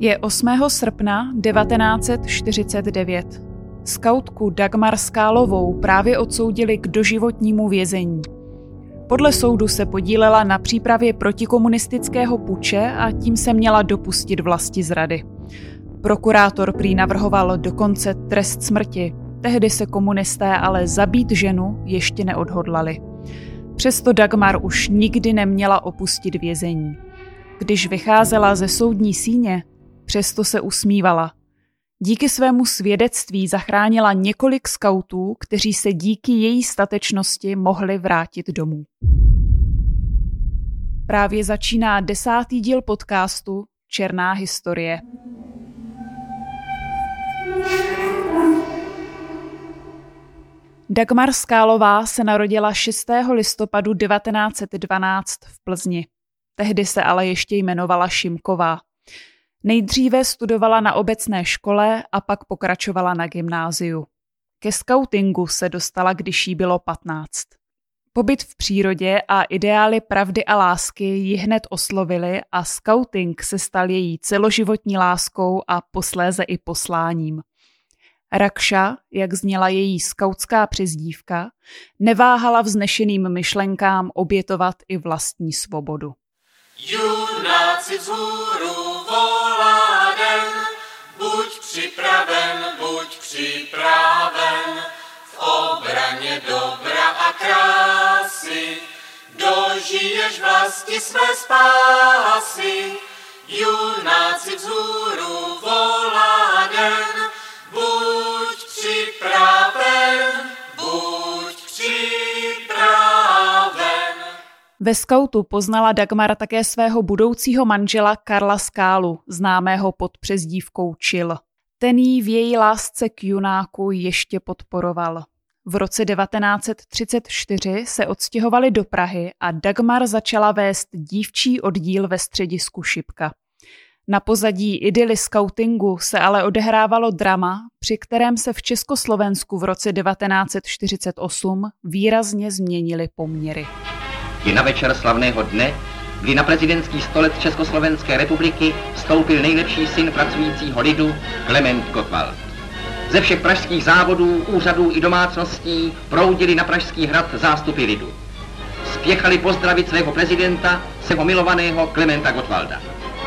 Je 8. srpna 1949. Skautku Dagmar Skálovou právě odsoudili k doživotnímu vězení. Podle soudu se podílela na přípravě protikomunistického puče a tím se měla dopustit vlastizrady. Prokurátor prý navrhoval dokonce trest smrti. Tehdy se komunisté ale zabít ženu ještě neodhodlali. Přesto Dagmar už nikdy neměla opustit vězení. Když vycházela ze soudní síně, přesto se usmívala. Díky svému svědectví zachránila několik skautů, kteří se díky její statečnosti mohli vrátit domů. Právě začíná 10. díl podcastu Černá historie. Dagmar Skálová se narodila 6. listopadu 1912 v Plzni. Tehdy se ale ještě jmenovala Šimková. Nejdříve studovala na obecné škole a pak pokračovala na gymnáziu. Ke skautingu se dostala, když jí bylo 15. Pobyt v přírodě a ideály pravdy a lásky ji hned oslovily a skauting se stal její celoživotní láskou a posléze i posláním. Rakša, jak zněla její skautská přezdívka, neváhala vznešeným myšlenkám obětovat i vlastní svobodu. Junáci vzhůru volá den, buď připraven, v obraně dobra a krásy, dožiješ vlasti své spásy. Junáci vzhůru volá den, buď připraven. Ve skautu poznala Dagmar také svého budoucího manžela Karla Skálu, známého pod přezdívkou Chill. Ten jí v její lásce k junáku ještě podporoval. V roce 1934 se odstěhovali do Prahy a Dagmar začala vést dívčí oddíl ve středisku Šipka. Na pozadí idyly skautingu se ale odehrávalo drama, při kterém se v Československu v roce 1948 výrazně změnily poměry. Je na večer slavného dne, kdy na prezidentský stolec Československé republiky vstoupil nejlepší syn pracujícího lidu Klement Gottwald. Ze všech pražských závodů, úřadů i domácností proudili na Pražský hrad zástupy lidu. Spěchali pozdravit svého prezidenta, svého milovaného Klementa Gottwalda.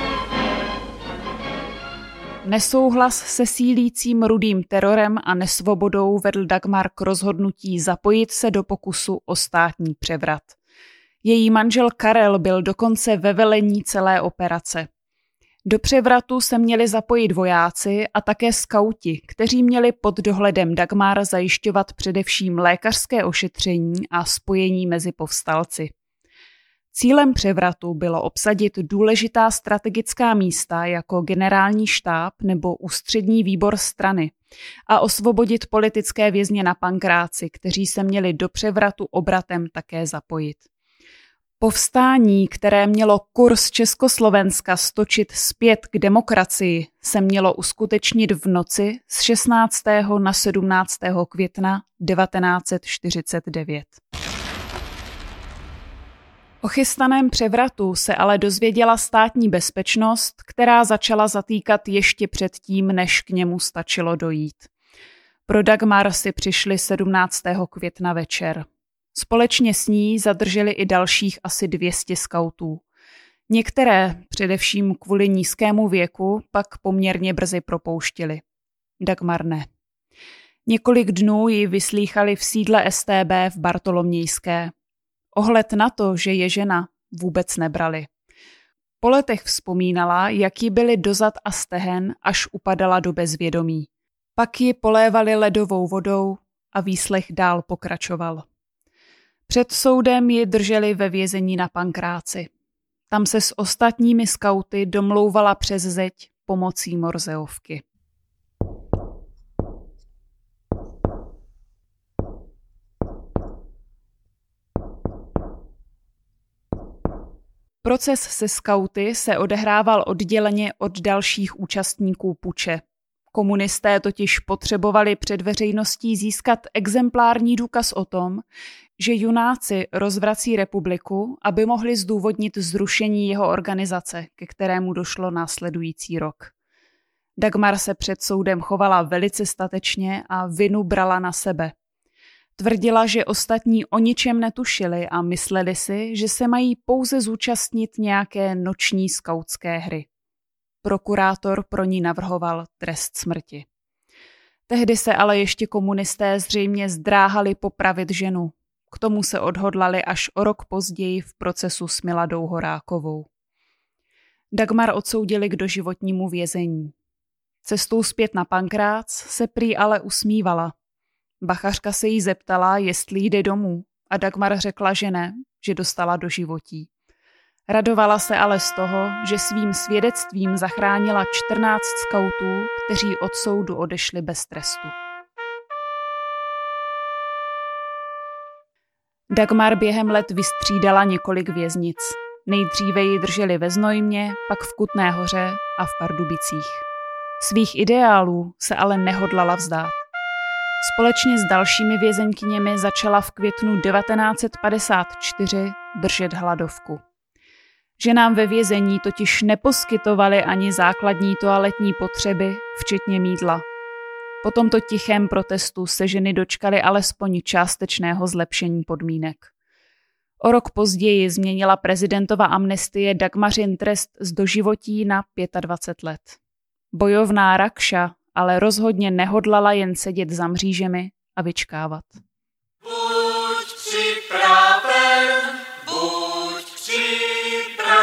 Nesouhlas se sílícím rudým terorem a nesvobodou vedl Dagmar k rozhodnutí zapojit se do pokusu o státní převrat. Její manžel Karel byl dokonce ve velení celé operace. Do převratu se měli zapojit vojáci a také skauti, kteří měli pod dohledem Dagmar zajišťovat především lékařské ošetření a spojení mezi povstalci. Cílem převratu bylo obsadit důležitá strategická místa jako generální štáb nebo ústřední výbor strany a osvobodit politické vězně na Pankráci, kteří se měli do převratu obratem také zapojit. Povstání, které mělo kurz Československa stočit zpět k demokracii, se mělo uskutečnit v noci z 16. na 17. května 1949. O chystaném převratu se ale dozvěděla státní bezpečnost, která začala zatýkat ještě předtím, než k němu stačilo dojít. Pro Dagmar si přišli 17. května večer. Společně s ní zadrželi i dalších asi 200 skautů. Některé, především kvůli nízkému věku, pak poměrně brzy propouštěli. Dagmar ne. Několik dnů ji vyslýchali v sídle StB v Bartolomějské. Ohled na to, že je žena, vůbec nebrali. Po letech vzpomínala, jak jí byly do zad a stehen, až upadala do bezvědomí. Pak ji polévali ledovou vodou a výslech dál pokračoval. Před soudem ji drželi ve vězení na Pankráci. Tam se s ostatními skauty domlouvala přes zeď pomocí morzeovky. Proces se skauty se odehrával odděleně od dalších účastníků puče. Komunisté totiž potřebovali před veřejností získat exemplární důkaz o tom, že junáci rozvrací republiku, aby mohli zdůvodnit zrušení jeho organizace, ke kterému došlo následující rok. Dagmar se před soudem chovala velice statečně a vinu brala na sebe. Tvrdila, že ostatní o ničem netušili a mysleli si, že se mají pouze zúčastnit nějaké noční skautské hry. Prokurátor pro ní navrhoval trest smrti. Tehdy se ale ještě komunisté zřejmě zdráhali popravit ženu. K tomu se odhodlali až o rok později v procesu s Miladou Horákovou. Dagmar odsoudili k doživotnímu vězení. Cestou zpět na Pankrác se prý ale usmívala. Bachařka se jí zeptala, jestli jde domů, a Dagmar řekla, že ne, že dostala doživotí. Radovala se ale z toho, že svým svědectvím zachránila 14 skautů, kteří od soudu odešli bez trestu. Dagmar během let vystřídala několik věznic. Nejdříve ji drželi ve Znojmě, pak v Kutné Hoře a v Pardubicích. Svých ideálů se ale nehodlala vzdát. Společně s dalšími vězeňkyněmi začala v květnu 1954 držet hladovku. Ženám ve vězení totiž neposkytovali ani základní toaletní potřeby, včetně mýdla. Po tomto tichém protestu se ženy dočkaly alespoň částečného zlepšení podmínek. O rok později změnila prezidentova amnestie Dagmařin trest z doživotí na 25 let. Bojovná Rakša ale rozhodně nehodlala jen sedět za mřížemi a vyčkávat. Buď připraven, buď připraven.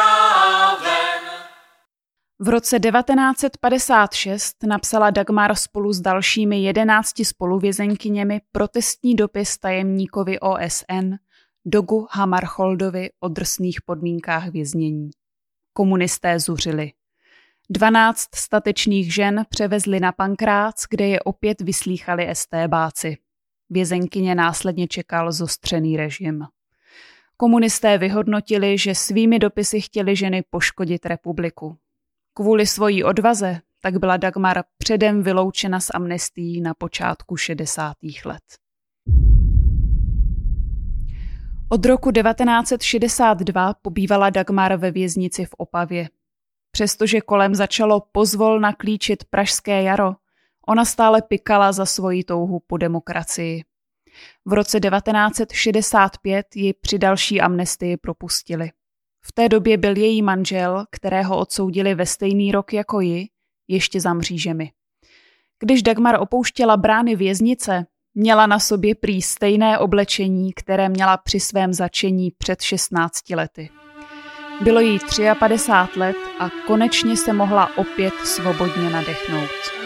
V roce 1956 napsala Dagmar spolu s dalšími 11 spoluvězeňkyněmi protestní dopis tajemníkovi OSN Dogu Hammarskjöldovi o drsných podmínkách věznění. Komunisté zuřili. 12 statečných žen převezli na Pankrác, kde je opět vyslýchali estébáci. Vězeňkyně následně čekal zostřený režim. Komunisté vyhodnotili, že svými dopisy chtěli ženy poškodit republiku. Kvůli svojí odvaze tak byla Dagmar předem vyloučena z amnestií na počátku 60. let. Od roku 1962 pobývala Dagmar ve věznici v Opavě. Přestože kolem začalo pozvolna klíčit pražské jaro, ona stále pikala za svoji touhu po demokracii. V roce 1965 ji při další amnestii propustili. V té době byl její manžel, kterého odsoudili ve stejný rok jako ji, ještě za mřížemi. Když Dagmar opouštěla brány věznice, měla na sobě prý stejné oblečení, které měla při svém zatčení před 16 lety. Bylo jí 53 let a konečně se mohla opět svobodně nadechnout.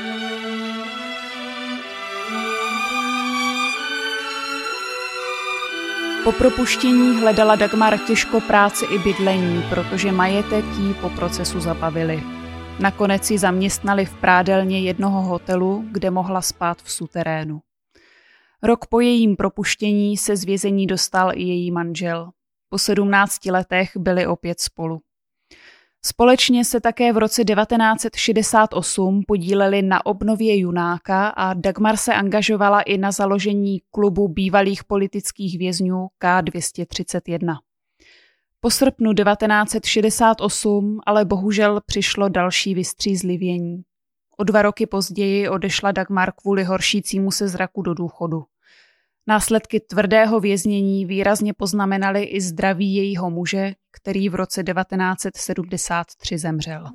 Po propuštění hledala Dagmar těžko práci i bydlení, protože majetek jí po procesu zabavili. Nakonec ji zaměstnali v prádelně jednoho hotelu, kde mohla spát v suterénu. Rok po jejím propuštění se z vězení dostal i její manžel. Po 17 letech byli opět spolu. Společně se také v roce 1968 podíleli na obnově Junáka a Dagmar se angažovala i na založení klubu bývalých politických vězňů K231. Po srpnu 1968 ale bohužel přišlo další vystřízlivění. O 2 roky později odešla Dagmar kvůli horšícímu se zraku do důchodu. Následky tvrdého věznění výrazně poznamenaly i zdraví jejího muže, který v roce 1973 zemřel.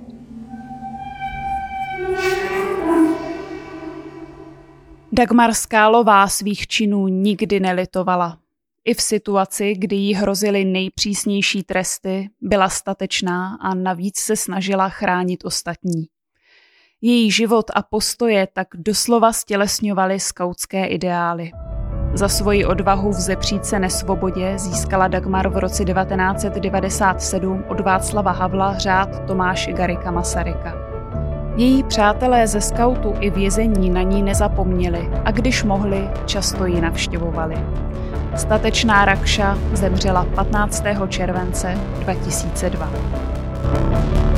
Dagmar Skálová svých činů nikdy nelitovala. I v situaci, kdy jí hrozily nejpřísnější tresty, byla statečná a navíc se snažila chránit ostatní. Její život a postoje tak doslova stělesňovaly skautské ideály. Za svoji odvahu vzepřít se nesvobodě získala Dagmar v roce 1997 od Václava Havla řád Tomáše Garrigua Masaryka. Její přátelé ze skautu i vězení na ní nezapomněli a když mohli, často ji navštěvovali. Statečná Rakša zemřela 15. července 2002.